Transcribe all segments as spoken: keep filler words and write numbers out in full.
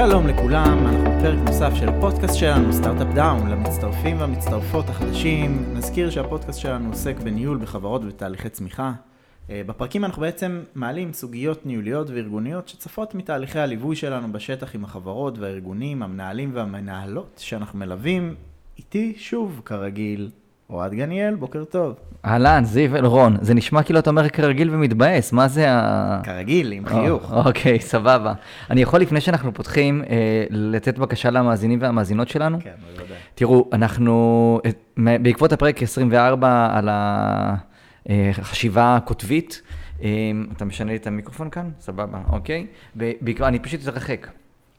שלום לכולם, אנחנו בפרק נוסף של הפודקאסט שלנו, סטארט-אפ דאון, למצטרפים והמצטרפות החדשים. נזכיר שהפודקאסט שלנו עוסק בניהול בחברות ותהליכי צמיחה. בפרקים אנחנו בעצם מעלים סוגיות ניהוליות וארגוניות שצפות מתהליכי הליווי שלנו בשטח עם החברות והארגונים, המנהלים והמנהלות שאנחנו מלווים. איתי שוב, כרגיל, אוהד גניאל, בוקר טוב. אהלן, זיו אלרון, זה נשמע כאילו אתה אומר כרגיל ומתבאס, מה זה ה... כרגיל, עם חיוך. אוקיי, סבבה. אני יכול לפני שאנחנו פותחים, לתת בקשה למאזינים והמאזינות שלנו? כן, בוודאי. תראו, אנחנו, בעקבות הפרק עשרים וארבע על החשיבה הכותבית, אתה משנה לי את המיקרופון כאן? סבבה, אוקיי? אני פשוט אתרחק.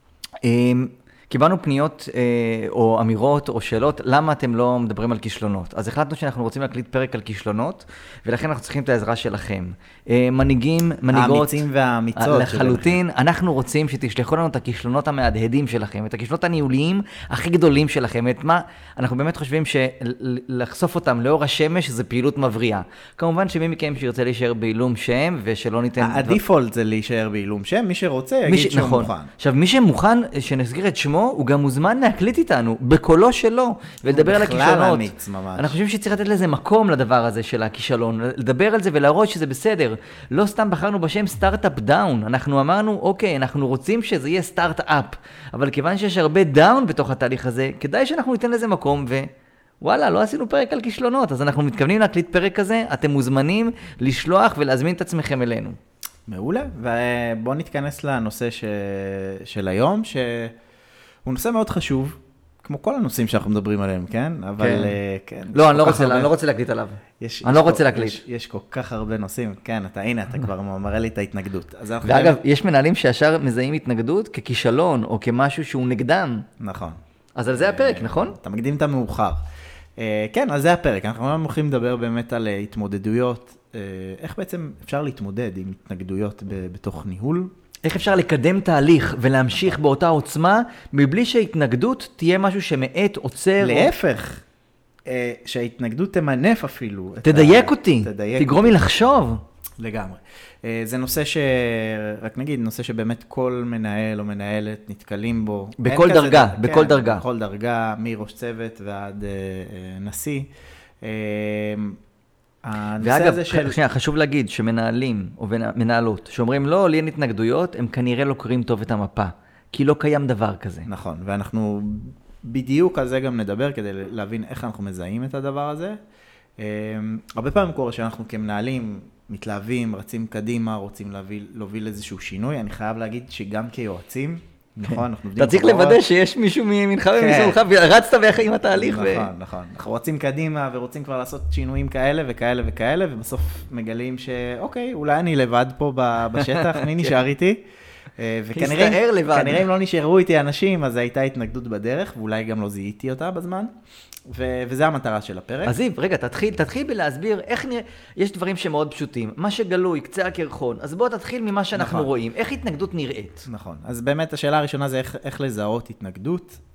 קיבלנו פניות אה, או אמירות או שאלות, למה אתם לא מדברים על כישלונות? אז החלטנו שאנחנו רוצים להקליט פרק על כישלונות, ולכן אנחנו צריכים את העזרה שלכם. אה, מנהיגים, מנהיגות, האמיצים והאמיצות. לחלוטין, שלכם. אנחנו רוצים שתשלחו לנו את הכישלונות המהדהדים שלכם, את הכישלונות הניהוליים הכי גדולים שלכם, את מה אנחנו באמת חושבים שלחשוף אותם לאור השמש זה פעילות מבריאה. כמובן שמי מכם שירצה להישאר בעילום שם, ושלא ניתן... הדיפולט זה להישאר בעילום שם, מי שרוצה יגיד ש... שהוא נכון. מוכן. עכשיו, מי שמוכן שנסגיר את שמו, הוא גם מוזמן להקליט איתנו, בקולו שלו, ולדבר על הכישלונות. בכלל אמיץ ממש. אנחנו חושבים שצריך לתת לזה מקום לדבר הזה של הכישלון, לדבר על זה ולהראות שזה בסדר. לא סתם בחרנו בשם סטארט-אפ דאון, אנחנו אמרנו, אוקיי, אנחנו רוצים שזה יהיה סטארט-אפ, אבל כיוון שיש הרבה דאון בתוך התהליך הזה, כדאי שאנחנו ניתן לזה מקום, ווואלה, לא עשינו פרק על כישלונות, אז אנחנו מתכוונים להקליט פרק כזה, אתם מוזמנים לשלוח ולהזמין את עצמכם אלינו. מעולה, ובואו נתכנס לנושא ש... של היום, ש... הוא נושא מאוד חשוב, כמו כל הנושאים שאנחנו מדברים עליהם, כן? אבל כן. לא, אני לא רוצה, אני לא רוצה להקליט עליו. אני לא רוצה להקליט. יש כל כך הרבה נושאים, כן, אתה, הנה, אתה כבר מראה לי את ההתנגדות. ואגב, יש מנהלים שישר מזהים התנגדות ככישלון, או כמשהו שהוא נגדם. נכון. אז על זה הפרק, נכון? אתה מקדים את המאוחר. כן, על זה הפרק. אנחנו הולכים לדבר באמת על התמודדויות, איך בעצם אפשר להתמודד עם התנגדויות בתוך ניהול. איך אפשר לקדם תהליך ולהמשיך באותה עוצמה, מבלי שההתנגדות תהיה משהו שמעט, עוצר. להפך, שההתנגדות תמנף אפילו. תדייק אותי, תגרום לי לחשוב. לגמרי. זה נושא ש... רק נגיד, נושא שבאמת כל מנהל או מנהלת נתקלים בו. בכל דרגה, בכל דרגה. בכל דרגה, מראש צוות ועד נשיא. ואגב, של... שנייה, חשוב להגיד שמנהלים או מנהלות שאומרים לא, לי אין התנגדויות, הם כנראה לא קוראים טוב את המפה, כי לא קיים דבר כזה. נכון, ואנחנו בדיוק על זה גם נדבר כדי להבין איך אנחנו מזהים את הדבר הזה. הרבה פעמים קורה שאנחנו כמנהלים מתלהבים, רצים קדימה, רוצים להוביל, להוביל איזשהו שינוי. אני חייב להגיד שגם כיועצים, נכון, אנחנו אתה צריך לוודא שיש מישהו ממנך ומשמאלך, ורצת ביחד עם התהליך. נכון, נכון. אנחנו רוצים קדימה ורוצים כבר לעשות שינויים כאלה וכאלה וכאלה, ובסוף מגלים שאוקיי, אולי אני לבד פה בשטח, מי נשאר איתי? וכנראה אם לא נשארו איתי אנשים, אז הייתה התנגדות בדרך, ואולי גם לא זיהיתי אותה בזמן, וזה המטרה של הפרק. אז זיו, רגע, תתחיל, תתחיל בלהסביר איך נראה, יש דברים שמאוד פשוטים, מה שגלוי, קצה הקרחון, אז בוא תתחיל ממה שאנחנו נכון. רואים, איך התנגדות נראית. נכון, אז באמת השאלה הראשונה זה איך, איך לזהות התנגדות,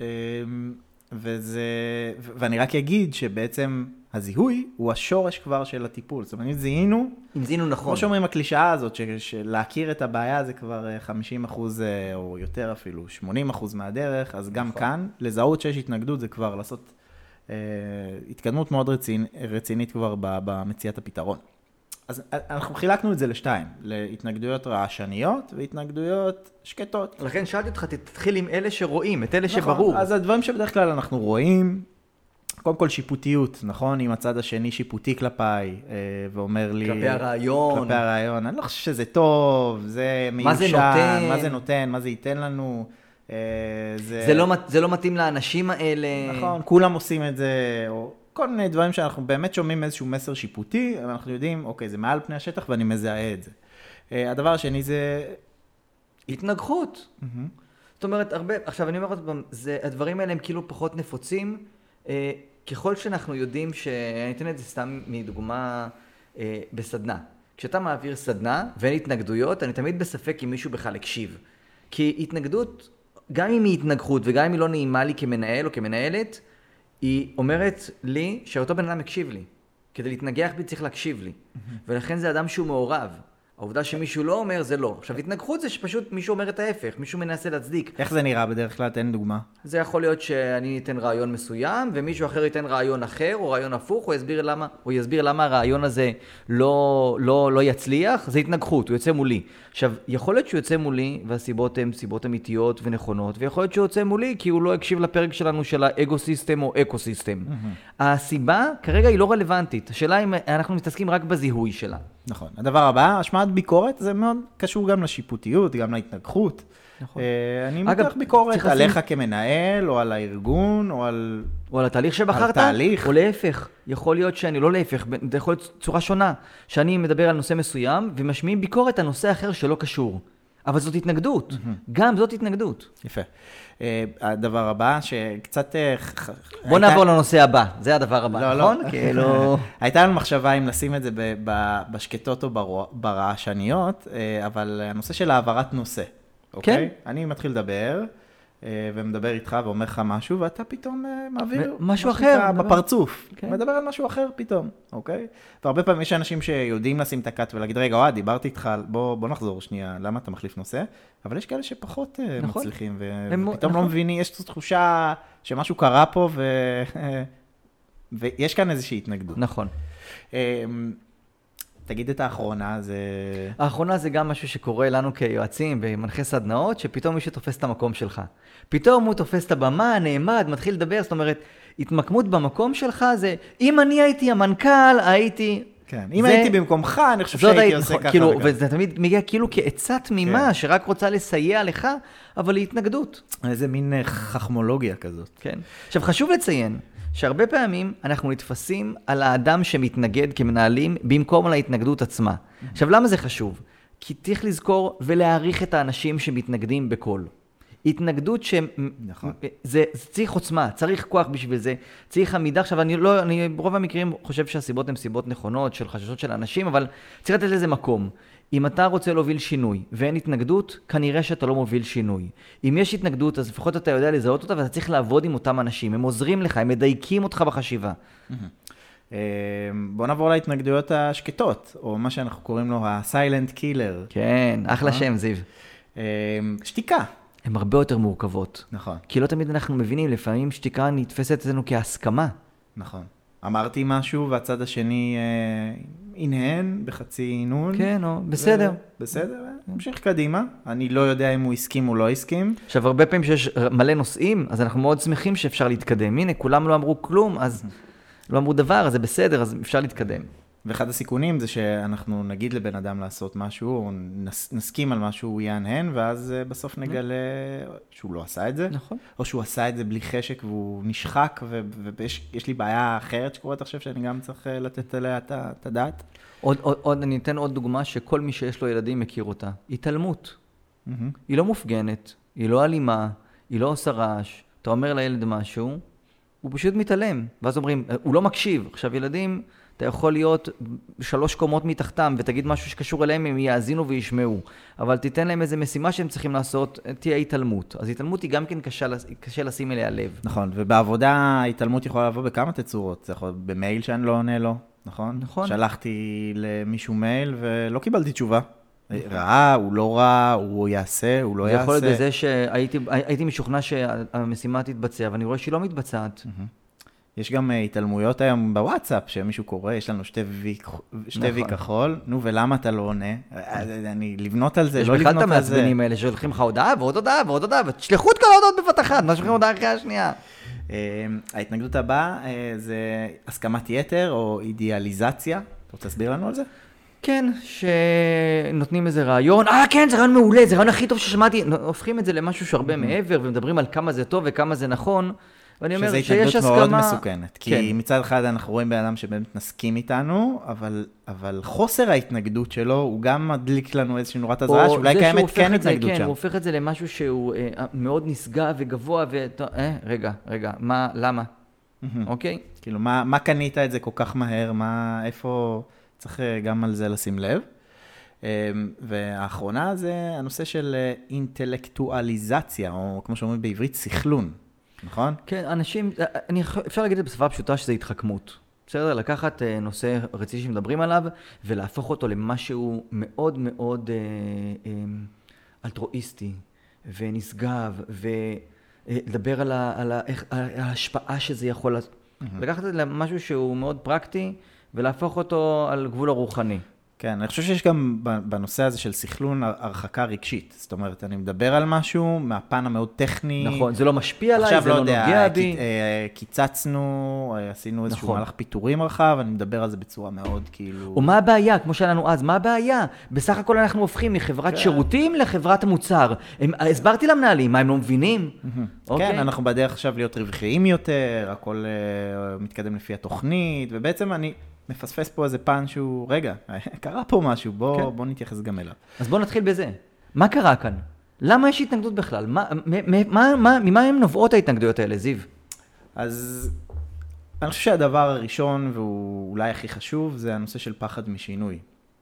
וזה, ואני רק אגיד שבעצם הזיהוי הוא השורש כבר של הטיפול, זאת אומרת, אם זיהינו, אם זיהינו נכון. כמו שאומרים הקלישאה הזאת, שלהכיר את הבעיה זה כבר חמישים אחוז או יותר אפילו, שמונים אחוז מהדרך, אז גם נכון. כאן, לזהות שיש התנגדות זה כבר לעשות התקדמות מאוד רצינ, רצינית כבר במציאת הפתרון. אז אנחנו חילקנו את זה לשתיים, להתנגדויות רעשניות והתנגדויות שקטות. לכן שאלתי אותך, תתחיל עם אלה שרואים, את אלה נכון, שברור. אז הדברים שבדרך כלל אנחנו רואים, קודם כל שיפוטיות, נכון? אם הצד השני שיפוטי כלפיי, ואומר לי... כלפי הרעיון. כלפי הרעיון. אני לא חושב שזה טוב, זה מיושן, מה זה נותן? מה זה נותן, מה זה ייתן לנו. זה, זה, לא, זה לא מתאים לאנשים האלה. נכון, כולם עושים את זה, או כל מיני דברים שאנחנו באמת שומעים איזשהו מסר שיפוטי, אבל אנחנו יודעים, אוקיי, זה מעל פני השטח ואני מזהה את זה. הדבר השני זה... התנגחות. Mm-hmm. זאת אומרת, הרבה, עכשיו אני אומר עוד פעם, זה, הדברים האלה הם כאילו פחות נפוצים, אה, ככל שאנחנו יודעים ש... אני אתן את זה סתם מדוגמה אה, בסדנה. כשאתה מעביר סדנה ואין התנגדויות, אני תמיד בספק אם מישהו בכלל הקשיב. כי התנגדות, גם אם היא התנגחות וגם אם היא לא נעימה לי כמנהל או כמנהלת, היא אומרת לי שאותו בן אדם הקשיב לי. כדי להתנגח בי צריך להקשיב לי. Mm-hmm. ולכן זה אדם שהוא מעורב. העובדה שמישהו לא אומר זה לא. עכשיו, התנגחות זה שפשוט מישהו אומר את ההפך, מישהו מנסה להצדיק. איך זה נראה בדרך כלל? תן דוגמה. זה יכול להיות שאני אתן רעיון מסוים, ומישהו אחר ייתן רעיון אחר, או רעיון הפוך, הוא יסביר למה, הוא יסביר למה הרעיון הזה לא, לא, לא יצליח, זה התנגחות, הוא יוצא מולי. עכשיו, יכול להיות שהוא יוצא מולי, והסיבות הן סיבות אמיתיות ונכונות, ויכול להיות שהוא יוצא מולי, כי הוא לא הקשיב לפרק שלנו של האגו-סיסטם או אקו-סיסטם. הסיבה כרגע היא לא רלוונטית. השאלה אם אנחנו מתעסקים רק בזיהוי שלה. נכון. הדבר הבא, השמעת ביקורת, זה מאוד קשור גם לשיפוטיות, גם להתנגחות. נכון. אני מתח ביקורת עליך כמנהל, או על הארגון, או על... או על התהליך שבחרת, או להפך. יכול להיות שאני, לא להפך, זה יכול להיות צורה שונה, שאני מדבר על נושא מסוים, ומשמיעים ביקורת על נושא אחר שלא קשור. אבל זאת התנגדות. גם זאת התנגדות. יפה. הדבר הבא, שקצת... בוא נעבור לנושא הבא, זה הדבר הבא, נכון? כאילו... הייתה לנו מחשבה אם לשים את זה בשקטות או ברעשניות, אבל הנושא של העברת נושא. אוקיי? אני מתחיל לדבר, ומדבר איתך ואומר לך משהו, ואתה פתאום מעביר משהו אחר בפרצוף. מדבר על משהו אחר פתאום, אוקיי? והרבה פעמים יש אנשים שיודעים לשים את הקאט ולהגיד, רגע, אוהד, דיברתי איתך, בוא נחזור שנייה, למה אתה מחליף נושא? אבל יש כאלה שפחות מצליחים, ופתאום לא מבינים, יש תחושה שמשהו קרה פה, ויש כאן איזושהי התנגדות. נכון. תגיד את האחרונה, זה... האחרונה זה גם משהו שקורה לנו כיועצים במנחי סדנאות, שפתאום מישהו תופס את המקום שלך. פתאום הוא תופס את הבמה, נעמד, מתחיל לדבר, זאת אומרת, התמקמות במקום שלך זה, אם אני הייתי המנכ"ל, הייתי... כן, אם הייתי במקומך, אני חושב שהייתי עושה ככה וגם. וזה תמיד מגיע כאילו כעצה תמימה, שרק רוצה לסייע לך, אבל היא התנגדות. איזה מין חכמולוגיה כזאת. כן. עכשיו, חשוב לציין, שהרבה פעמים אנחנו נתפסים על האדם שמתנגד כמנהלים במקום על ההתנגדות עצמה. עכשיו, למה זה חשוב? כי צריך לזכור ולהעריך את האנשים שמתנגדים בכל. התנגדות ש... נכון. זה, זה צריך עוצמה, צריך כוח בשביל זה, צריך עמידה. עכשיו, אני לא, אני ברוב המקרים חושב שהסיבות הן סיבות נכונות של חששות של אנשים, אבל צריך לתת לזה מקום. אם אתה רוצה להוביל שינוי ואין התנגדות, כנראה שאתה לא מוביל שינוי. אם יש התנגדות, אז לפחות אתה יודע לזהות אותה, ואתה צריך לעבוד עם אותם אנשים. הם עוזרים לך, הם מדייקים אותך בחשיבה. בוא נעבור להתנגדויות השקטות, או מה שאנחנו קוראים לו ה-silent killer. כן, אחלה שם, זיו. שתיקה. הן הרבה יותר מורכבות. נכון. כי לא תמיד אנחנו מבינים, לפעמים שתיקה נתפסת אצלנו כהסכמה. נכון. אמרתי משהו והצד השני הנהן בחצי עינון. כן, או, בסדר. בסדר, נמשיך קדימה. אני לא יודע אם הוא הסכים או לא הסכים. עכשיו, הרבה פעמים שיש מלא נושאים, אז אנחנו מאוד שמחים שאפשר להתקדם. הנה, כולם לא אמרו כלום, אז לא אמרו דבר, אז זה בסדר, אז אפשר להתקדם. ואחד הסיכונים זה שאנחנו נגיד לבן אדם לעשות משהו, או נסכים על משהו, הוא יענהן, ואז בסוף נגלה שהוא לא עשה את זה. נכון. או שהוא עשה את זה בלי חשק, והוא נשחק, ויש לי בעיה אחרת שקורית עכשיו, שאני גם צריך לתת עליה את הדעת. עוד, עוד, עוד, אני אתן עוד דוגמה שכל מי שיש לו ילדים מכיר אותה. התעלמות. היא לא מופגנת, היא לא אלימה, היא לא עושה רעש. אתה אומר לילד משהו, הוא פשוט מתעלם. ואז אומרים, הוא לא מקשיב. עכשיו ילדים... אתה יכול להיות שלוש קומות מתחתם, ותגיד משהו שקשור אליהם, הם יאזינו וישמעו. אבל תיתן להם איזו משימה שהם צריכים לעשות, תהיה התעלמות. אז התעלמות היא גם כן קשה, קשה לשים אליה לב. נכון, ובעבודה התעלמות יכולה לבוא בכמה תצורות. זה יכול להיות במייל שאני לא עונה לו, נכון? נכון. שלחתי למישהו מייל ולא קיבלתי תשובה. ראה, הוא לא ראה, הוא יעשה, הוא לא יעשה. זה יכול להיות בזה שהייתי משוכנע שהמשימה תתבצע, ואני רואה שהיא לא מתבצעת. יש גם התעלמויות היום בוואטסאפ, שמישהו קורא, יש לנו שתי וי, שתי וי כחול, נו, ולמה אתה לא עונה? אני לבנות על זה, לא לבנות על זה. יש בכלל את המעצבנים האלה, שהולכים לך הודעה ועוד הודעה ועוד הודעה, ותשלחו את כל ההודעות בבת אחת, מה שולחים הודעה אחרי השנייה. ההתנגדות הבאה זה הסכמת יתר או אידיאליזציה. אתה רוצה להסביר לנו על זה? כן, שנותנים איזה רעיון, אה כן, זה רעיון מעולה, זה רעיון הכי טוב ששמעתי, הופכים את זה למשהו שהרבה מעבר, ומדברים על כמה זה טוב וכמה זה נכון. ואני אומר שיש הסכמה... שזה התנגדות מאוד מסוכנת, כי כן. מצד אחד אנחנו רואים באדם שבאמת נסכים איתנו, אבל, אבל חוסר ההתנגדות שלו, הוא גם מדליק לנו איזושהי נורת הזרעה, שאולי קיימת כן התנגדות כן, שם. הוא הופך את זה למשהו שהוא אה, מאוד נסגע וגבוה, ו... אה, רגע, רגע, מה, למה? אוקיי? כאילו, מה, מה קנית את זה כל כך מהר? מה, איפה... צריך גם על זה לשים לב. והאחרונה זה הנושא של אינטלקטואליזציה, או כמו שאומרים בעברית, סכלון. נכון? כן, אנשים, אני, אפשר להגיד את זה בשפה פשוטה שזה התחכמות. בסדר? לקחת נושא רציני שמדברים עליו, ולהפוך אותו למשהו מאוד מאוד אה, אה, אלטרואיסטי, ונשגב, ולדבר על, ה, על, ה, איך, על ההשפעה שזה יכול... Mm-hmm. לקחת את זה למשהו שהוא מאוד פרקטי, ולהפוך אותו על גבול הרוחני. כן, אני חושב שיש גם בנושא הזה של סכלון הרחקה רגשית. זאת אומרת, אני מדבר על משהו מהפן המאוד טכני. נכון, זה לא משפיע עליי, זה לא נוגע בי. קיצצנו, עשינו איזשהו מהלך פיתורים רחב, אני מדבר על זה בצורה מאוד כאילו... ומה הבעיה, כמו שלנו אז, מה הבעיה? בסך הכל אנחנו הופכים מחברת שירותים לחברת מוצר. הסברתי למנהלים, מה הם לא מבינים? כן, אנחנו בדרך עכשיו להיות רווחיים יותר, הכל מתקדם לפי התוכנית, ובעצם אני... מפספס פה איזה פן שהוא, רגע, קרה פה משהו, בוא, כן. בוא נתייחס גם אליו. אז בוא נתחיל בזה. מה קרה כאן? למה יש התנגדות בכלל? מה, מה, מה, ממה הם נובעות ההתנגדויות האלה, זיו? אז אני חושב שהדבר הראשון, והוא אולי הכי חשוב, זה הנושא של פחד משינוי.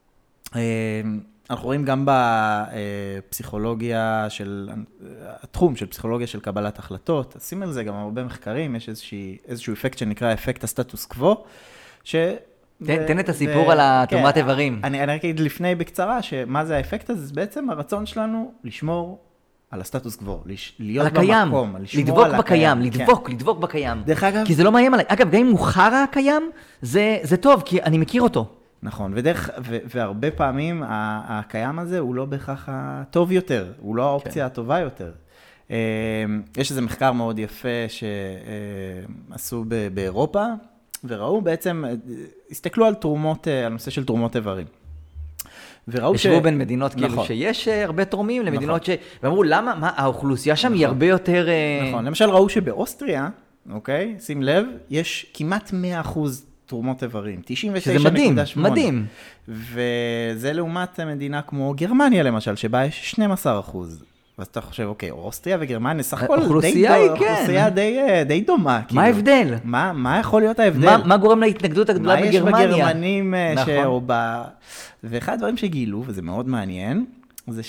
אנחנו רואים גם בפסיכולוגיה של, התחום של פסיכולוגיה של קבלת החלטות, עושים על זה גם הרבה מחקרים, יש איזשהו, איזשהו אפקט שנקרא אפקט הסטטוס קוו, ש... תן, תן את הסיפור על התרומת איברים. אני, אני רק אגיד לפני בקצרה, שמה זה האפקט הזה? זה בעצם הרצון שלנו לשמור על הסטטוס קוו, להיות במקום, לדבוק בקיים, לדבוק, לדבוק בקיים. דרך אגב... כי זה לא מאיים עליי. אגב, גם אם הוא חרא הקיים, זה, זה טוב, כי אני מכיר אותו. נכון, ודרך, ו, והרבה פעמים הקיים הזה הוא לא בהכרח הטוב יותר, הוא לא האופציה הטובה יותר. יש איזה מחקר מאוד יפה שעשו באירופה, וראו בעצם, הסתכלו על תרומות, על נושא של תרומות איברים. וראו ש... ישבו בין מדינות כאילו נכון. שיש הרבה תורמים למדינות נכון. ש... ואמרו, למה? מה, האוכלוסייה שם נכון. היא הרבה יותר... נכון, למשל ראו שבאוסטריה, אוקיי, שים לב, יש כמעט מאה אחוז תרומות איברים, תשעים ותשע נקודה שמונה. שזה מדהים, מדהים. וזה לעומת מדינה כמו גרמניה למשל, שבה יש שנים עשר אחוז. ואז אתה חושב, אוקיי, אוסטריה וגרמניה, סך הכל אוכלוסייה היא, כן. אוכלוסייה די דומה. מה ההבדל? מה יכול להיות ההבדל? מה גורם להתנגדות הגדולה בגרמניה? מה יש בגרמנים או ב... ואחד הדברים שגילו, וזה מאוד מעניין, זה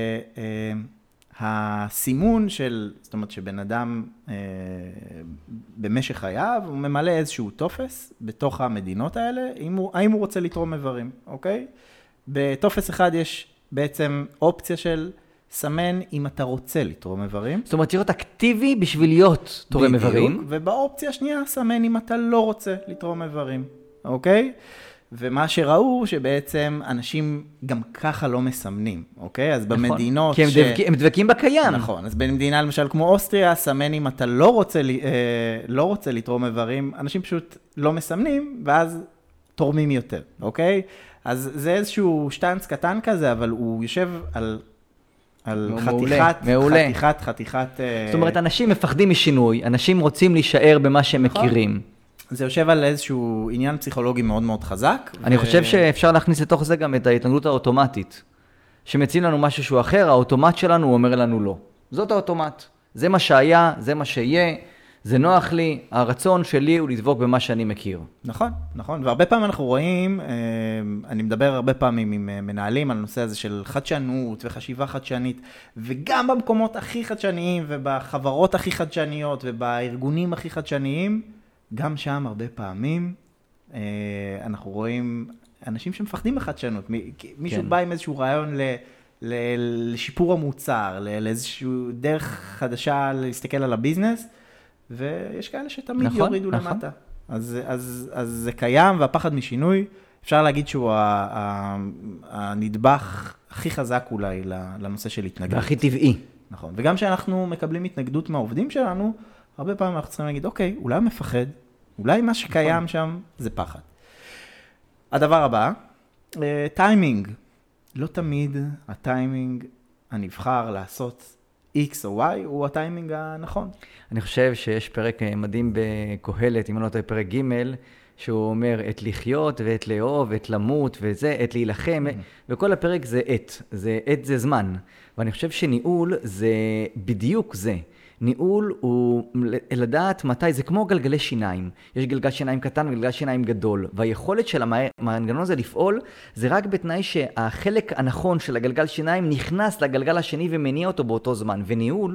שהסימון של, זאת אומרת שבן אדם במשך חייו, הוא ממלא איזשהו טופס בתוך המדינות האלה, האם הוא רוצה לתרום איברים, אוקיי? בטופס אחד יש בעצם אופציה של סמן אם אתה רוצה לתרום איברים. זאת אומרת, להיות אקטיבי בשביל להיות תורם איברים. ובאופציה השנייה, סמן אם אתה לא רוצה לתרום איברים, אוקיי? ומה שראו שבעצם אנשים גם ככה לא מסמנים, אוקיי? אז נכון, במדינות כי הם, ש... דבק, הם דבקים בקיים. נכון, אז במדינה למשל כמו אוסטריה, סמן אם אתה לא רוצה, אה, לא רוצה לתרום איברים, אנשים פשוט לא מסמנים, ואז תורמים יותר, אוקיי? אז זה איזשהו שטנץ קטן כזה, אבל הוא יושב על... על חתיכת, חתיכת, חתיכת... זאת אומרת, אנשים מפחדים משינוי, אנשים רוצים להישאר במה שהם מכירים. זה יושב על איזשהו עניין פסיכולוגי מאוד מאוד חזק. אני חושב שאפשר להכניס לתוך זה גם את ההתנגדות האוטומטית. שמציעים לנו משהו שהוא אחר, האוטומט שלנו אומר לנו לא. זאת האוטומט. זה מה שהיה, זה מה שיהיה, זה נוח לי, הרצון שלי הוא לדבוק במה שאני מכיר. נכון, נכון. והרבה פעמים אנחנו רואים, אני מדבר הרבה פעמים עם מנהלים על הנושא הזה של חדשנות וחשיבה חדשנית, וגם במקומות הכי חדשניים ובחברות הכי חדשניות ובארגונים הכי חדשניים, גם שם הרבה פעמים אנחנו רואים אנשים שמפחדים בחדשנות. מישהו בא עם איזשהו רעיון לשיפור המוצר, לאיזשהו דרך חדשה להסתכל על הביזנס, ויש כאלה שתמיד נכון, יורידו נכון. למטה. אז, אז, אז זה קיים, והפחד משינוי, אפשר להגיד שהוא הנדבך הכי חזק אולי לנושא של התנגדות. והכי טבעי. נכון. וגם כשאנחנו מקבלים התנגדות מהעובדים שלנו, הרבה פעמים אנחנו צריכים להגיד, אוקיי, אולי הוא מפחד, אולי מה שקיים נכון. שם זה פחד. הדבר הבא, טיימינג. לא תמיד הטיימינג הנבחר לעשות X או Y הוא הטיימינג הנכון. אני חושב שיש פרק מדהים בקהלת, אם אני לא טועה פרק ג' שהוא אומר את לחיות ואת לאהוב, את למות וזה, את להילחם, וכל הפרק זה את, זה את זה זמן. ואני חושב שניהול זה בדיוק זה. ניהול הוא לדעת מתי, זה כמו גלגלי שיניים. יש גלגל שיניים קטן וגלגל שיניים גדול, והיכולת של המנגנון הזה לפעול, זה רק בתנאי שהחלק הנכון של הגלגל שיניים נכנס לגלגל השני ומניע אותו באותו זמן. וניהול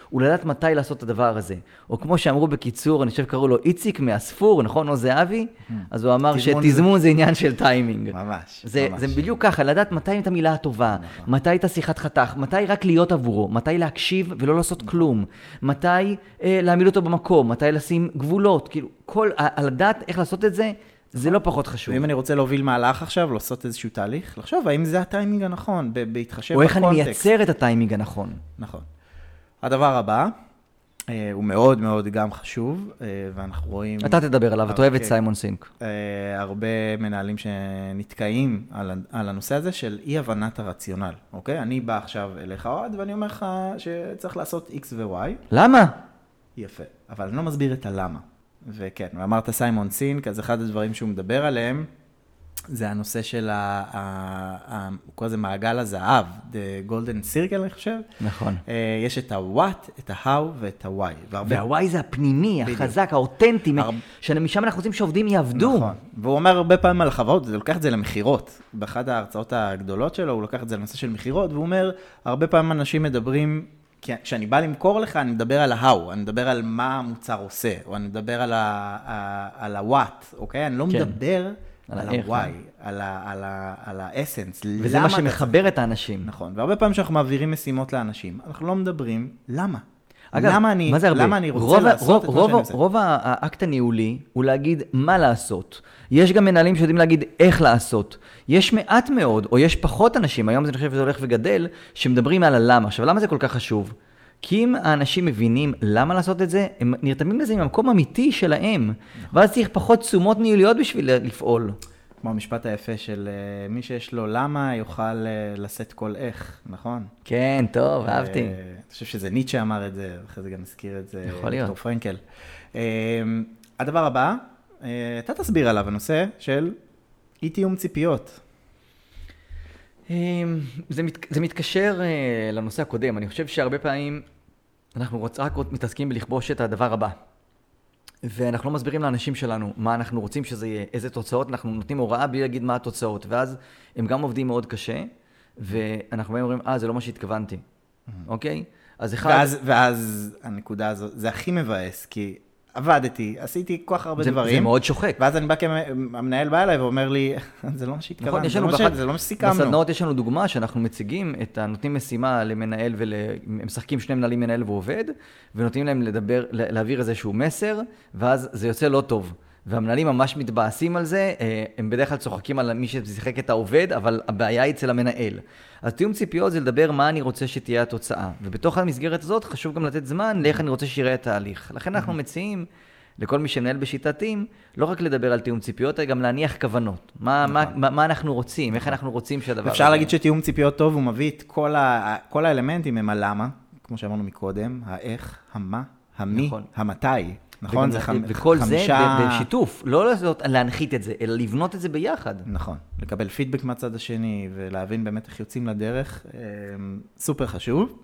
הוא לדעת מתי לעשות את הדבר הזה. או כמו שאמרו בקיצור, אני חושב קראו לו איציק מהספור, נכון? או זהבי? אז הוא אמר שתזמון זה עניין של טיימינג. ממש. זה, זה בדיוק ככה, לדעת מתי את המילה הטובה, מתי את השיחת חתך, מתי רק להיות עבורו, מתי להקשיב ולא לעשות כלום, מתי אה, להעמיד אותו במקום, מתי לשים גבולות, כאילו, כל, לדעת איך לעשות את זה, זה לא פחות חשוב. ואם אני רוצה להוביל מהלך עכשיו, לעשות איזשהו תהליך, לחשוב האם זה הטיימינג הנכון, בהתחשב בקונטקסט. או איך בקונטקסט. אני מייצר את הטיימינג הנכון. נכון. הדבר הבא, אה, הוא מאוד מאוד גם חשוב, אה, ואנחנו רואים... אתה תדבר עליו, אתה אוהב את סיימון סינק. אה, הרבה מנהלים שנתקעים על, על הנושא הזה של אי-הבנת הרציונל, אוקיי? אני בא עכשיו אליך עוד, ואני אומר לך שצריך לעשות X ו-Y. למה? יפה, אבל אני לא מסביר את הלמה. וכן, ואמרת סיימון סינק, אז אחד הדברים שהוא מדבר עליהם, זה הנושא של ה... הוא קורא לזה מעגל הזהב, The Golden Circle, אני חושב. נכון. יש את ה-What, את ה-How ואת ה-Why. וה-Why זה הפנימי, החזק, האותנטי, שמשם אנחנו רוצים שעובדים יעבדו. נכון. והוא אומר הרבה פעמים על החברות, הוא לוקח את זה למחירות. באחד ההרצאות הגדולות שלו, הוא לוקח את זה לנושא של מחירות, והוא אומר, הרבה פעמים אנשים מדברים... כי כשאני בא למכור לך, אני מדבר על ה-how, אני מדבר על מה המוצר עושה, או אני מדבר על ה-what, אוקיי? אני לא מדבר על ה-why, על ה-essence. וזה מה שמחבר את האנשים. נכון, והרבה פעמים שאנחנו מעבירים משימות לאנשים, אנחנו לא מדברים למה. אגב, למה אני, מה זה הרבה? למה אני רוצה רוב, לעשות רוב, את מה רוב, שאני עושה? רוב האקט הניהולי הוא להגיד מה לעשות. יש גם מנהלים שיודעים להגיד איך לעשות. יש מעט מאוד, או יש פחות אנשים, היום זה נחשב שזה הולך וגדל, שמדברים על הלמה. עכשיו, למה זה כל כך חשוב? כי אם האנשים מבינים למה לעשות את זה, הם נרתמים לזה ממקום אמיתי שלהם. ואז צריך פחות תשומות ניהוליות בשביל לפעול. כמו המשפט היפה של uh, מי שיש לו למה יוכל uh, לשאת כל איך, נכון? כן, טוב, uh, אהבתי. אני חושב שזה ניטשה אמר את זה, אחרי זה גם הזכיר את זה. יכול להיות. דוקטור פרנקל. Uh, הדבר הבא, uh, אתה תסביר עליו הנושא של אי תיאום ציפיות. Um, זה, מת, זה מתקשר uh, לנושא הקודם. אני חושב שהרבה פעמים אנחנו רוצ, רק מתעסקים בלכבוש את הדבר הבא. ואנחנו לא מסבירים לאנשים שלנו מה אנחנו רוצים שזה יהיה, איזה תוצאות, אנחנו נותנים הוראה בלי להגיד מה התוצאות, ואז הם גם עובדים מאוד קשה, ואנחנו באים אומרים, אה, זה לא מה שהתכוונתי, אוקיי? אז אחד... ואז, ואז הנקודה הזו, זה הכי מבאס, כי עבדתי, עשיתי כל כך הרבה זה, דברים. זה מאוד שוחק. ואז אני בא כמנהל בא אליי ואומר לי, זה לא מה שהתכוונתי, נכון, זה, לא באחד, זה לא מה שסיכמנו. בסדנאות יש לנו דוגמה שאנחנו מציגים את הנותנים משימה למנהל, ול... הם משחקים שני מנהלים מנהל ועובד, ונותנים להם לדבר, להעביר איזשהו מסר, ואז זה יוצא לא טוב. והמנהלים ממש מתבאסים על זה, הם בדרך כלל צוחקים על מי ששיחק את העובד, אבל הבעיה היא אצל המנהל. אז תיאום ציפיות זה לדבר מה אני רוצה שתהיה התוצאה. ובתוך המסגרת הזאת חשוב גם לתת זמן לאיך אני רוצה שיראה את ההליך. לכן אנחנו מציעים לכל מי שמנהל בשיטתים, לא רק לדבר על תיאום ציפיות, אלא גם להניח כוונות. מה, מה, מה, מה אנחנו רוצים, איך אנחנו רוצים שהדבר... אפשר להגיד שתיאום ציפיות טוב, הוא מביא את כל, ה, כל האלמנטים הם הלמה, כמו שאמרנו מקודם, האיך, המה, המי, נכון. המתי. נכון, זה חמישה... וכל זה בשיתוף, לא להנחית את זה, אלא לבנות את זה ביחד. נכון, לקבל פידבק מהצד השני, ולהבין באמת איך יוצאים לדרך, סופר חשוב.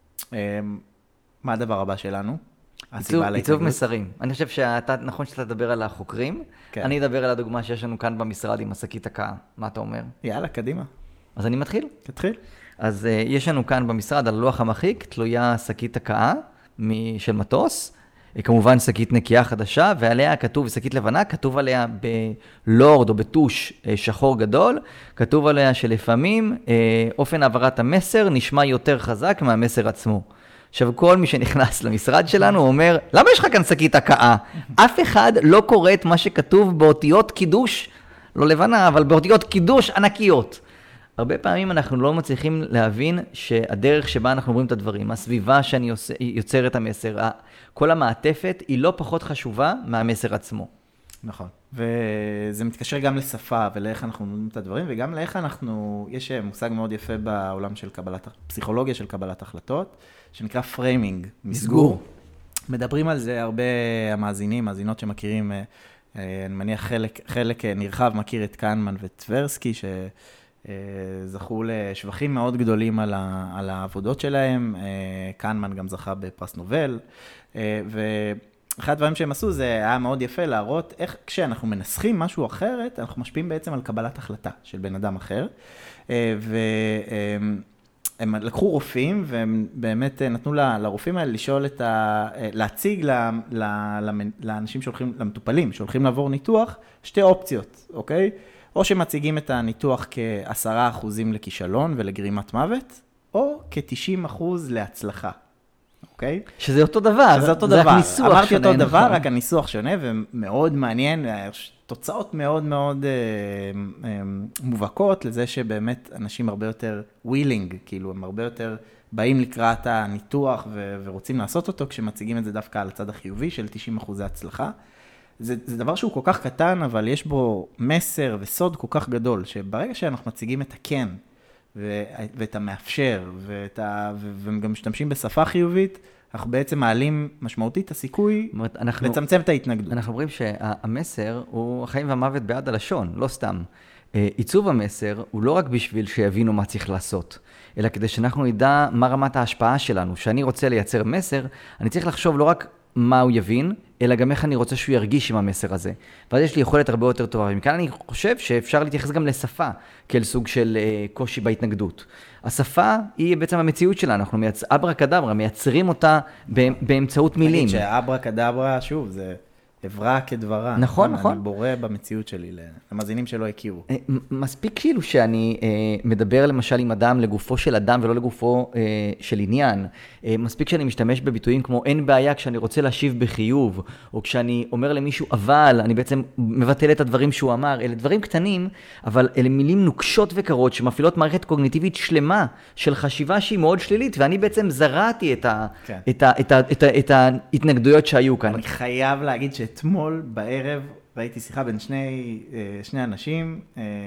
מה הדבר הבא שלנו? עיצוב מסרים. אני חושב שאתה, נכון שאתה תדבר על החוקרים, אני אדבר על הדוגמה שיש לנו כאן במשרד עם השקית הקאה. מה אתה אומר? יאללה, קדימה. אז אני מתחיל? תתחיל. אז יש לנו כאן במשרד, על לוח המחיק, תלויה שקית הקאה של מטוס, כמובן שקית נקייה חדשה, ועליה כתוב, שקית לבנה, כתוב עליה בלורד או בטוש שחור גדול, כתוב עליה שלפעמים אופן העברת המסר נשמע יותר חזק מהמסר עצמו. עכשיו, כל מי שנכנס למשרד שלנו אומר, למה יש לך כאן שקית הקאה? אף אחד לא קורא את מה שכתוב באותיות קידוש, לא לבנה, אבל באותיות קידוש ענקיות. הרבה פעמים אנחנו לא מצליחים להבין שהדרך שבה אנחנו אומרים את הדברים, הסביבה שאני יוצר את המסר, כל המעטפת היא לא פחות חשובה מהמסר עצמו. נכון. וזה מתקשר גם לשפה ולאיך אנחנו אומרים את הדברים, וגם לאיך אנחנו, יש מושג מאוד יפה בעולם של קבלת, פסיכולוגיה של קבלת החלטות, שנקרא פריימינג, מסגור. מדברים על זה הרבה המאזינים, מאזינות שמכירים, אני מניח חלק, חלק נרחב מכיר את קנמן וטברסקי, ש... זכו לשבחים מאוד גדולים על, ה, על העבודות שלהם, קנמן גם זכה בפרס נובל, ואחד הדברים שהם עשו זה היה מאוד יפה להראות איך כשאנחנו מנסחים משהו אחרת, אנחנו משפיעים בעצם על קבלת החלטה של בן אדם אחר, הם לקחו רופאים, והם באמת נתנו לרופאים האלה לשאול את ה... להציג ל, ל, לאנשים שהולכים, למטופלים, שהולכים לעבור ניתוח, שתי אופציות, אוקיי? או שמציגים את הניתוח כ-עשרה אחוזים לכישלון ולגרימת מוות, או כ-תשעים אחוז להצלחה. אוקיי? שזה אותו דבר. שזה אותו זה דבר. הניסוח שונה. אמרתי אותו דבר, נכון. רק הניסוח שונה, ומאוד מעניין, תוצאות מאוד מאוד אה, אה, מובהקות לזה שבאמת אנשים הרבה יותר ווילינג, כאילו הם הרבה יותר באים לקראת הניתוח ו- ורוצים לעשות אותו, כשמציגים את זה דווקא על הצד החיובי של תשעים אחוז הצלחה. זה, זה דבר שהוא כל כך קטן, אבל יש בו מסר וסוד כל כך גדול, שברגע שאנחנו מציגים את הכן, ו- ואת המאפשר, ואת ה- ו- וגם משתמשים בשפה חיובית, אנחנו בעצם מעלים משמעותית את הסיכוי אנחנו, לצמצם את ההתנגדות. אנחנו אומרים שהמסר הוא החיים והמוות בעד הלשון, לא סתם. עיצוב המסר הוא לא רק בשביל שיבינו מה צריך לעשות, אלא כדי שאנחנו נדע מה רמת ההשפעה שלנו. שאני רוצה לייצר מסר, אני צריך לחשוב לא רק מה הוא יבין, אלא גם איך אני רוצה שהוא ירגיש עם המסר הזה. ואז יש לי יכולת הרבה יותר טובה. ומכאן אני חושב שאפשר להתייחס גם לשפה, כאל סוג של uh, קושי בהתנגדות. השפה היא בעצם המציאות שלנו, אנחנו מייצ... אברה קדברה, מייצרים אותה באמצעות מילים. תגיד שאברה קדברה, שוב, זה עברה כדברה. נכון, נכון. אני בורא במציאות שלי, למאזינים שלא הכירו. מספיק כאילו שאני אה, מדבר למשל עם אדם לגופו של אדם ולא לגופו אה, של עניין. אה, מספיק שאני משתמש בביטויים כמו אין בעיה כשאני רוצה להשיב בחיוב, או כשאני אומר למישהו אבל, אני בעצם מבטל את הדברים שהוא אמר. אלה דברים קטנים, אבל אלה מילים נוקשות וקרות שמפעילות מערכת קוגניטיבית שלמה של חשיבה שהיא מאוד שלילית, ואני בעצם זרעתי את, ה, כן. את, ה, את, ה, את, ה, את ההתנגדויות שהיו כאן. אני חייב להגיד שאתמול בערב ראיתי שיחה בין שני, שני אנשים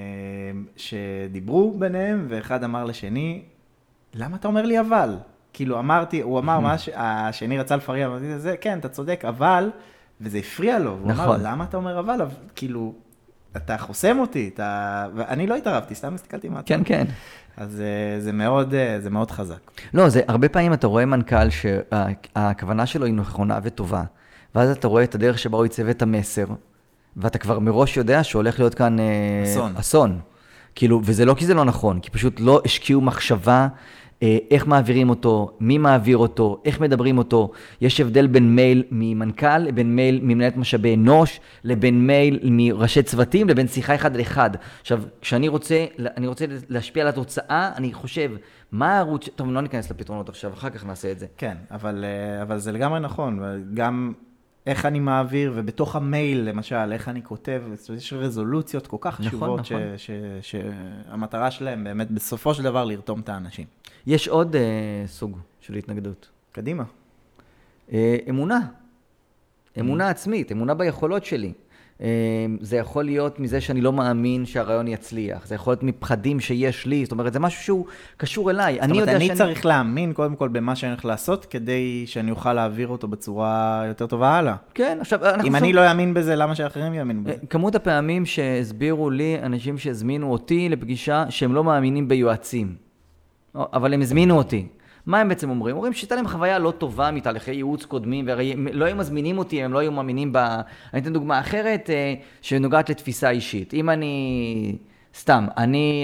שדיברו ביניהם, ואחד אמר לשני, למה אתה אומר לי אבל? כאילו אמרתי, הוא אמר מה, השני רצה לפריע, אמרתי זה, כן, אתה צודק, אבל, וזה הפריע לו, הוא אמר, למה אתה אומר אבל? כאילו, אתה חוסם אותי, אתה... ואני לא התערבתי, סתם הסתכלתי מה אתה. כן, כן. אז זה מאוד, זה מאוד חזק. לא, זה הרבה פעמים אתה רואה מנכ"ל שהכוונה שלו היא נכונה וטובה, ואז אתה רואה את הדרך שבה הוא ייצב את המסר, ואתה כבר מראש יודע שהולך להיות כאן אסון. אסון. כאילו, וזה לא כי זה לא נכון, כי פשוט לא השקיעו מחשבה איך מעבירים אותו, מי מעביר אותו, איך מדברים אותו. יש הבדל בין מייל ממנכ"ל, לבין מייל ממנהלת משאבי אנוש, לבין מייל מראשי צוותים, לבין שיחה אחד על אחד. עכשיו, כשאני רוצה, אני רוצה להשפיע על התוצאה, אני חושב, מה הערוץ... טוב, לא ניכנס לפתרונות עכשיו, אחר כך נעשה את זה. כן, אבל, אבל זה לגמרי נכון, גם איך אני מעביר, ובתוך המייל, למשל, איך אני כותב, יש רזולוציות כל כך חשובות, נכון, נכון. שהמטרה שלהם באמת בסופו של דבר לרתום את האנשים. יש עוד אה, סוג של התנגדות. קדימה. אה, אמונה. אמונה עצמית, אמונה ביכולות שלי. אה, זה יכול להיות מזה שאני לא מאמין שהרעיון יצליח. זה יכול להיות מפחדים שיש לי. זאת אומרת, זה משהו שהוא קשור אליי. זאת אומרת, אני שאני... צריך להאמין קודם כל במה שאני הולך לעשות, כדי שאני אוכל להעביר אותו בצורה יותר טובה הלאה. כן, עכשיו... אם חושב... אני לא יאמין בזה, למה שאחרים יאמינו בזה? כמות הפעמים שהסבירו לי אנשים שהזמינו אותי לפגישה, שהם לא מאמינים ביועצים. אבל הם הזמינו אותי. מה הם בעצם אומרים? אומרים שהייתה להם חוויה לא טובה מתהליכי ייעוץ קודמים, והרי לא היו מזמינים אותי, הם לא היו מאמינים ב... אני אתן דוגמה אחרת שנוגעת לתפיסה אישית. אם אני... סתם, אני...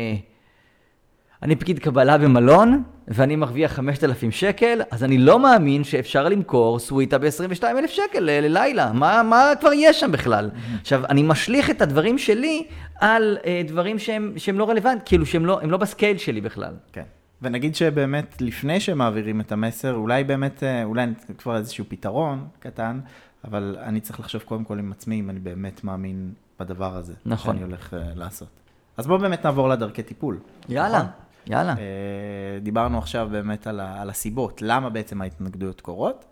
אני פקיד קבלה במלון, ואני מרוויח חמשת אלפים שקל, אז אני לא מאמין שאפשר למכור סוויטה ב-עשרים ושניים אלף שקל ללילה. מה, מה כבר יש שם בכלל? עכשיו, אני משליך את הדברים שלי על אה, דברים שהם, שהם לא רלוונט, כאילו שהם לא, הם לא בסקייל שלי בכלל. כן. ונגיד שבאמת לפני שמעבירים את המסר, אולי באמת, אולי כבר איזשהו פתרון קטן, אבל אני צריך לחשוב קודם כל עם עצמי, אם אני באמת מאמין בדבר הזה. נכון. שאני הולך uh, לעשות. אז בואו באמת נעבור לדרכי טיפול. יאללה. נכון? יאללה. דיברנו עכשיו באמת על, ה, על הסיבות, למה בעצם ההתנגדויות קורות,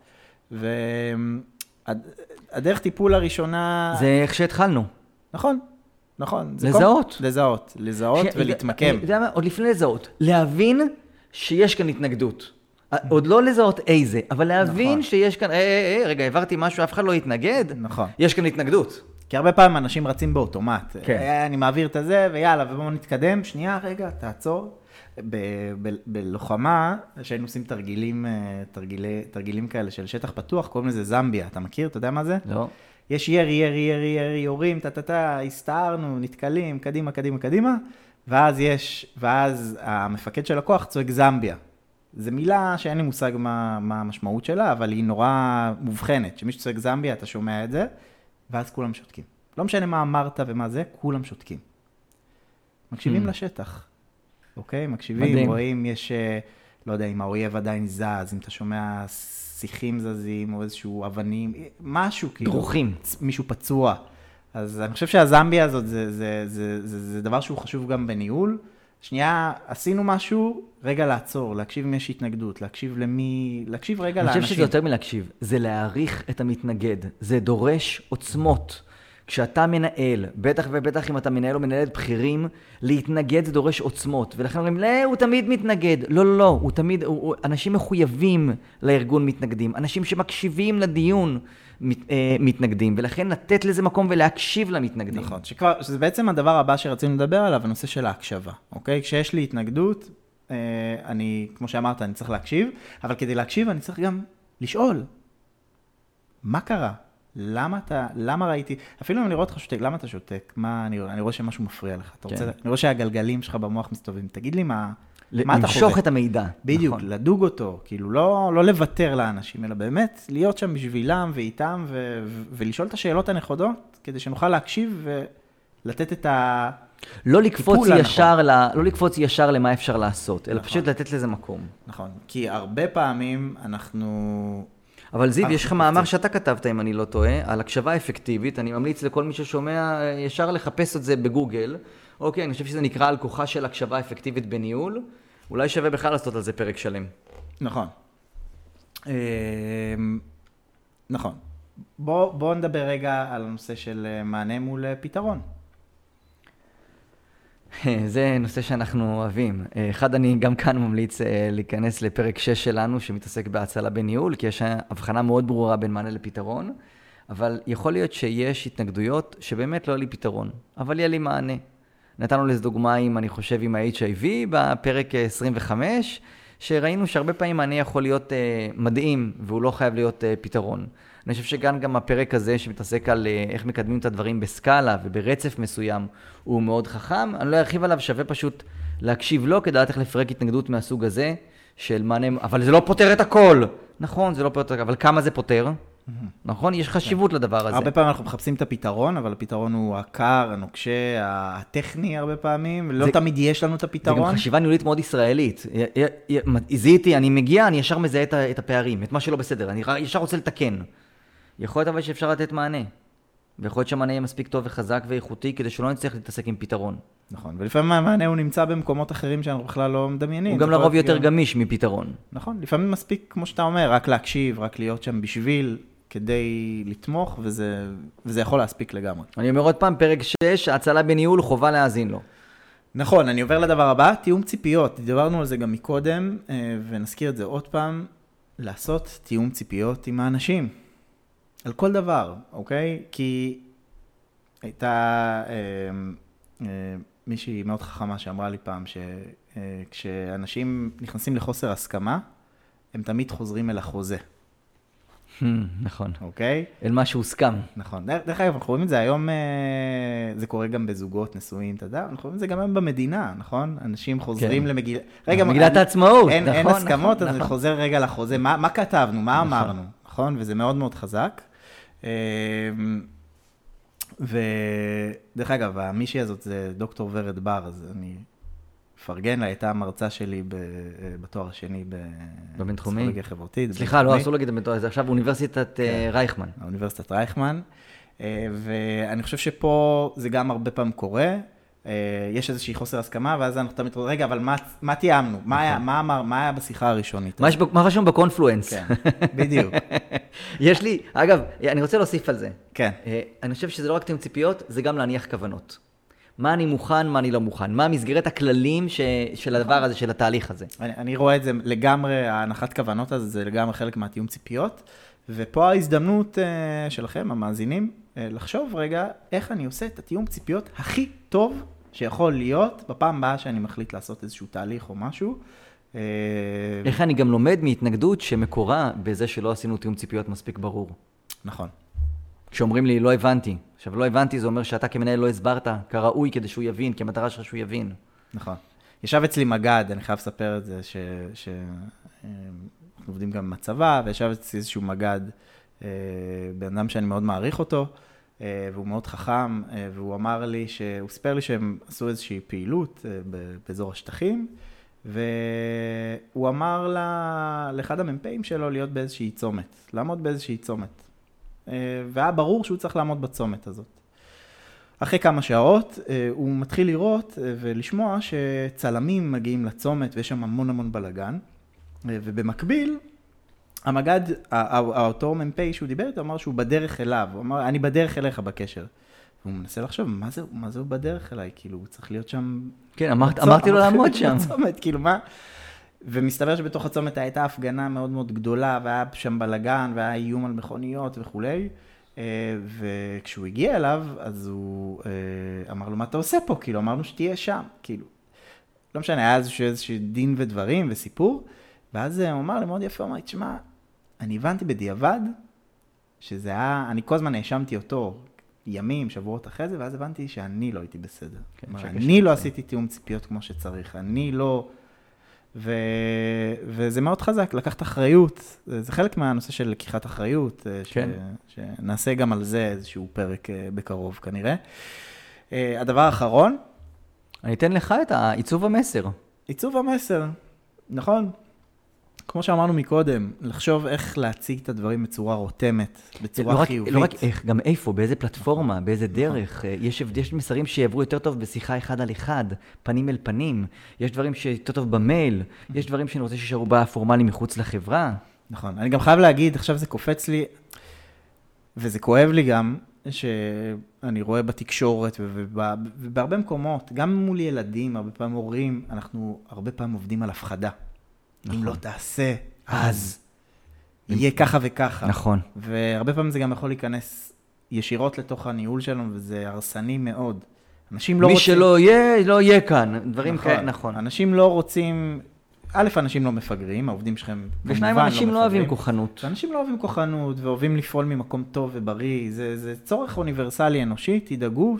והדרך טיפול הראשונה... זה איך שהתחלנו. נכון, נכון. לזהות. כל... לזהות, לזהות ש... ולהתמקם. אתה יודע מה? עוד לפני לזהות, להבין שיש כאן התנגדות. עוד לא לזהות איזה, אבל להבין נכון. שיש כאן, אה, אה, אה, רגע, העברתי משהו, אף אחד לא יתנגד, נכון. יש כאן התנגדות. כי הרבה פעמים אנשים רצים באוטומט. כן. אני מעביר את זה, ויאללה, ובואו נתקדם. שנייה, רגע, תעצור. ב- ב- בלוחמה, שהיינו עושים תרגילים, תרגילי, תרגילים כאלה של שטח פתוח, קוראים לזה זמביה. אתה מכיר? אתה יודע מה זה? לא. יש ירי, ירי, ירי, ירי, יורים, טה-טה-טה, הסתערנו, נתקלים, קדימה, קדימה, קדימה, ואז יש, ואז המפקד של הכוח צועק זמביה. זו מילה שאין לי מושג מה, מה המשמעות שלה, אבל היא נורא מובחנת. שמישהו צועק זמביה, אתה שומע את זה, ואז כולם שותקים. לא משנה מה אמרת ומה זה, כולם שותקים. מקשיבים לשטח, אוקיי? מקשיבים, מדהים. רואים, יש, לא יודע, אם האויב עדיין זז, אם אתה שומע שיחים זזים, או איזשהו אבנים, משהו כאילו. דרוכים. מישהו פצוע. אז אני חושב שהזמביה הזאת, זה, זה, זה, זה, זה דבר שהוא חשוב גם בניהול. שנייה, עשינו משהו, רגע לעצור, להקשיב אם יש התנגדות, להקשיב למי, להקשיב רגע לאנשים. אני חושב שזה יותר מלהקשיב, זה להעריך את המתנגד, זה דורש עוצמות. כשאתה מנהל, בטח ובטח אם אתה מנהל או מנהלת בכירים, להתנגד זה דורש עוצמות. ולכן אומרים, לא, הוא תמיד מתנגד. לא, לא, לא, הוא תמיד, הוא, הוא, אנשים מחויבים לארגון מתנגדים, אנשים שמקשיבים לדיון מת, אה, מתנגדים, ולכן לתת לזה מקום ולהקשיב למתנגדים. נכון, שכבר, שזה בעצם הדבר הבא שרצינו לדבר עליו, הנושא של ההקשבה, אוקיי? כשיש לי התנגדות, אה, אני, כמו שאמרת, אני צריך להקשיב, אבל כדי להקשיב אני צריך גם לשאול, מה קרה? למה אתה, למה ראיתי, אפילו אם אני רואה אותך שותק, למה אתה שותק? מה, אני, אני רואה שמשהו מפריע לך. אתה רוצה, אני רואה שהגלגלים שלך במוח מסתובבים. תגיד לי מה, מה אתה חווה? למשוך את המידע. בדיוק, נכון. לדוג אותו, כאילו לא, לא לוותר לאנשים, אלא באמת להיות שם בשבילם ואיתם, ו, ו, ולשאול את השאלות הנכונות, כדי שנוכל להקשיב ולתת את ה... לא לקפוץ ישר, ל, לא לקפוץ ישר למה אפשר לעשות, אלא נכון. פשוט לתת לזה מקום. נכון, כי הרבה פעמים אנחנו... אבל זיו, יש לך מאמר שאתה כתבת, אם אני לא טועה, על הקשבה אפקטיבית. אני ממליץ לכל מי ששומע ישר לחפש את זה בגוגל. אוקיי, אני חושב שזה נקרא על כוחה של הקשבה אפקטיבית בניהול. אולי שווה בכלל לעשות על זה פרק שלם. נכון. נכון. בוא, בוא נדבר רגע על הנושא של מענה מול פתרון. זה נושא שאנחנו אוהבים. אחד, אני גם כאן ממליץ להיכנס לפרק שש שלנו, שמתעסק בהצלה בניהול, כי יש הבחנה מאוד ברורה בין מענה לפתרון, אבל יכול להיות שיש התנגדויות שבאמת לא יהיה לי פתרון, אבל יהיה לי מענה. נתנו לזה דוגמה עם, אני חושב, עם ה-אייץ' איי וי בפרק עשרים וחמש, שראינו שהרבה פעמים מענה יכול להיות מדהים, והוא לא חייב להיות פתרון. אני חושב שגם גם הפרק הזה שמתעסק על איך מקדמים את הדברים בסקאלה וברצף מסוים הוא מאוד חכם. אני לא ארחיב עליו, שווה פשוט להקשיב לו כדי לדעת איך לפרק התנגדות מהסוג הזה של מענה, אבל זה לא פותר את הכל. נכון, זה לא פותר, אבל כמה זה פותר? נכון? יש חשיבות לדבר הזה. הרבה פעמים אנחנו מחפשים את הפתרון, אבל הפתרון הוא הקר, הנוקשה, הטכני הרבה פעמים, לא תמיד יש לנו את הפתרון. זה גם חשיבה ניהולית מאוד ישראלית. זיהיתי, אני מגיע, אני ישר מזהה את הפערים, את מה שלא בסדר, אני ישר רוצה לתקן. יכול להיות אבל שאפשר לתת מענה, ויכול להיות שהמענה יהיה מספיק טוב וחזק ואיכותי, כדי שלא נצטרך להתעסק עם פתרון. נכון, ולפעמים המענה הוא נמצא במקומות אחרים שאנחנו בכלל לא מדמיינים. הוא גם לרוב יותר גמיש מפתרון. נכון, לפעמים מספיק, כמו שאתה אומר, רק להקשיב, רק להיות שם בשביל, כדי לתמוך, וזה, וזה יכול להספיק לגמרי. אני אומר עוד פעם, פרק שש, הצלה בניהול, חובה להאזין לו. נכון, אני עובר לדבר הבא, תיאום ציפיות. דיברנו על זה גם מקודם, ונזכיר את זה עוד פעם, לעשות תיאום ציפיות עם האנשים. על כל דבר, אוקיי? כי הייתה אה, אה, מישהי מאוד חכמה שאמרה לי פעם שכשאנשים נכנסים לחוסר הסכמה, הם תמיד חוזרים אל החוזה. נכון. אוקיי? אל מה שהוסכם. נכון. דרך אגב, אנחנו רואים את זה היום, זה קורה גם בזוגות נשואים, אתה יודע? אנחנו רואים את זה גם היום במדינה, נכון? אנשים חוזרים למגיל... רגע, מגילת העצמאות. אין הסכמות, אז אני חוזר רגע לחוזה. מה כתבנו? מה אמרנו? נכון? וזה מאוד מאוד חזק. ודרך אגב, המישהי הזאת זה דוקטור ורד בר, אז אני פרגן לה, הייתה המרצה שלי בתואר השני בפסיכולוגיה חברתית. סליחה, לא, אסור להגיד את זה, עכשיו אוניברסיטת רייכמן. האוניברסיטת רייכמן, ואני חושב שפה זה גם הרבה פעמים קורה, יש איזושהי חוסר הסכמה, ואז אנחנו תמיד רואים, רגע, אבל מה תיאמנו? מה היה בשיחה הראשונית? מה רשום בקונפלואנס? כן, בדיוק. יש לי, אגב, אני רוצה להוסיף על זה. כן. אני חושב שזה לא רק תיאום ציפיות, זה גם להניח כוונות. מה אני מוכן, מה אני לא מוכן. מה המסגרת הכללים של הדבר הזה, של התהליך הזה. אני רואה את זה לגמרי, ההנחת כוונות הזה, זה לגמרי חלק מהתיאום ציפיות, ופה ההזדמנות שלכם, המאזינים, לחשוב רגע איך אני עושה את התיאום ציפיות הכי טוב שיכול להיות בפעם הבאה שאני מחליט לעשות איזשהו תהליך או משהו. איך אני גם לומד מהתנגדות שמקורה בזה שלא עשינו תיאום ציפיות מספיק ברור. נכון. כשאומרים לי לא הבנתי. עכשיו לא הבנתי זה אומר שאתה כמנהל לא הסברת כראוי כדי שהוא יבין, כי המטרה שלך שהוא יבין. נכון. ישב אצלי מגד, אני חייב לספר את זה, שאנחנו עובדים גם במצבה, וישב אצלי איזשהו מגד, בן אדם שאני מאוד מעריך אותו, והוא מאוד חכם, והוא אמר לי, שהוא סיפר לי שהם עשו איזושהי פעילות באזור השטחים, והוא אמר לאחד המ"פים שלו להיות באיזושהי צומת, לעמוד באיזושהי צומת. והיה ברור שהוא צריך לעמוד בצומת הזאת. אחרי כמה שעות הוא מתחיל לראות ולשמוע שצלמים מגיעים לצומת ויש שם המון המון בלגן, ובמקביל, המגד, האותו מ"פ שהוא דיבר איתו, אמר שהוא בדרך אליו, הוא אמר, אני בדרך אליך בקשר. והוא מנסה לחשוב, מה זה, מה זה הוא בדרך אליי? כאילו, הוא צריך להיות שם... כן, אמרת, אמרתי לו לעמוד שם. בצומת, כאילו, מה? ומסתבר שבתוך הצומת הייתה הפגנה מאוד מאוד גדולה, והיה שם בלגן, והיה איום על מכוניות וכולי. וכשהוא הגיע אליו, אז הוא אמר לו, מה אתה עושה פה? כאילו, אמרנו שתהיה שם. כאילו, לא משנה, היה איזשהו, איזשהו דין ודברים וסיפור. ואז הוא אמר לי מאוד יפה, הוא אמר, תשמע, אני הבנתי בדיעבד, שזה היה, אני כל הזמן האשמתי אותו, ימים, שבועות אחרי זה, ואז הבנתי שאני לא הייתי בסדר. כן, אני לא עשיתי תיאום ציפיות כמו שצריך, אני לא... ו... וזה מאוד חזק, לקחת אחריות, זה חלק מהנושא של לקיחת אחריות, כן. ש... שנעשה גם על זה איזשהו פרק בקרוב כנראה. הדבר האחרון... אני אתן לך את עיצוב המסר. עיצוב המסר, נכון. כמו שאמרנו מקודם, לחשוב איך להציג את הדברים בצורה רותמת, בצורה לא חיובית. רק, לא רק איך, גם איפה, באיזה פלטפורמה, באיזה דרך. יש, יש מסרים שיעברו יותר טוב בשיחה אחד על אחד, פנים אל פנים. יש דברים שיותר טוב במייל, יש דברים שאני רוצה שישארו בפורמלי מחוץ לחברה. נכון. אני גם חייב להגיד, עכשיו זה קופץ לי, וזה כואב לי גם, שאני רואה בתקשורת ובהרבה מקומות, גם מול ילדים, הרבה פעמים הורים, אנחנו הרבה פעמים עובדים על הפחדה. נכון. אם לא תעשה, אז יהיה ככה וככה. נכון. והרבה פעמים זה גם יכול להיכנס ישירות לתוך הניהול שלנו, וזה הרסני מאוד. אנשים לא מי רוצים... שלא יהיה, לא יהיה כאן. דברים נכון. כאלה, נכון. אנשים לא רוצים... א', אנשים לא מפגרים, העובדים שלכם ושניים, אנשים לא אוהבים כוחנות. אנשים לא אוהבים כוחנות, ואוהבים לפעול ממקום טוב ובריא. זה, זה צורך אוניברסלי אנושי, תדאגו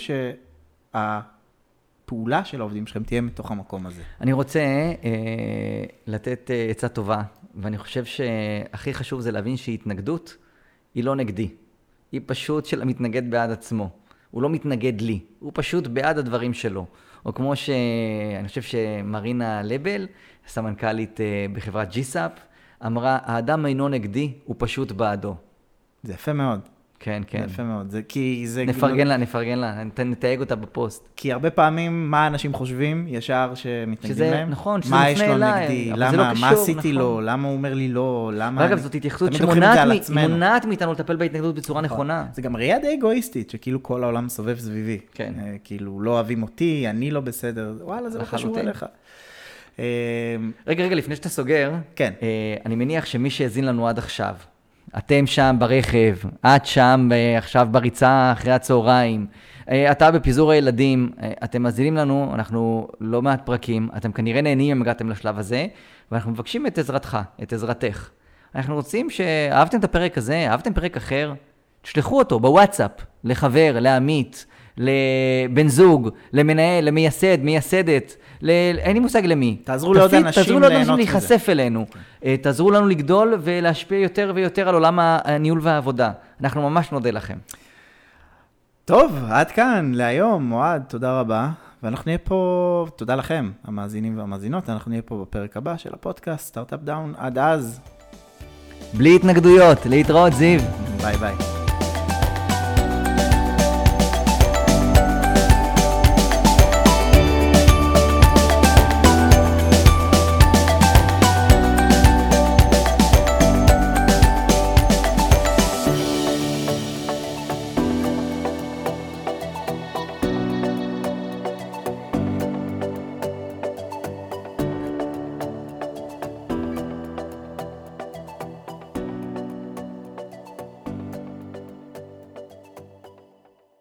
שהפעולה של העובדים שלכם תהיה מתוך המקום הזה. אני רוצה אה, לתת אה, עצה טובה, ואני חושב שהכי חשוב זה להבין שהתנגדות היא לא נגדי. היא פשוט של המתנגד בעד עצמו. הוא לא מתנגד לי, הוא פשוט בעד הדברים שלו. או כמו שאני חושב שמרינה לבל, סמנכ"לית בחברת ג'י-סאפ, אמרה, האדם אינו נגדי, הוא פשוט בעדו. זה יפה מאוד. כן, כן. זה יפה מאוד. זה, כי זה... נפרגן לה, נפרגן לה, נתייג אותה בפוסט. כי הרבה פעמים, מה אנשים חושבים, ישר שמתנגדים שזה, להם? נכון, שזה מה מפנה יש לו אליי, נגדי? אבל למה, זה לא קשור, מה עשיתי נכון. לו? למה הוא אומר לי לא? למה... ואגב, אני... זאת התייחסות תמיד לוקחים את זה על שמונעת עצמנו. מונעת מאיתנו לטפל בהתנגדות בצורה נכון. נכונה. זה גם ראייה די אגואיסטית, שכאילו כל העולם סובב סביבי. כן. כאילו, לא אוהבים אותי, אני לא בסדר. וואלה, זה לא קשור אליך. רגע, רגע, לפני שאתה סוגר, כן. אני מניח שמי שהזין לנו עד עכשיו, אתם שם ברכב, את שם עכשיו בריצה אחרי הצהריים, אתה בפיזור הילדים, אתם מזינים לנו, אנחנו לא מעט פרקים, אתם כנראה נהנים אם הגעתם לשלב הזה, ואנחנו מבקשים את עזרתך, את עזרתך. אנחנו רוצים שאהבתם את הפרק הזה, אהבתם פרק אחר, תשלחו אותו בוואטסאפ, לחבר, לעמית, לבן זוג, למנהל, למייסד, מייסדת, ל... אין לי מושג למי. תעזרו לעוד אנשים תעזרו לעוד אנשים להיחשף אלינו. תעזרו לנו לגדול ולהשפיע יותר ויותר על עולם הניהול והעבודה. אנחנו ממש נודה לכם. טוב, עד כאן להיום, מועד, תודה רבה. ואנחנו נהיה פה, תודה לכם, המאזינים והמאזינות, אנחנו נהיה פה בפרק הבא של הפודקאסט, סטארט-אפ דאון, עד אז. בלי התנגדויות, להתראות זיו. ביי ביי.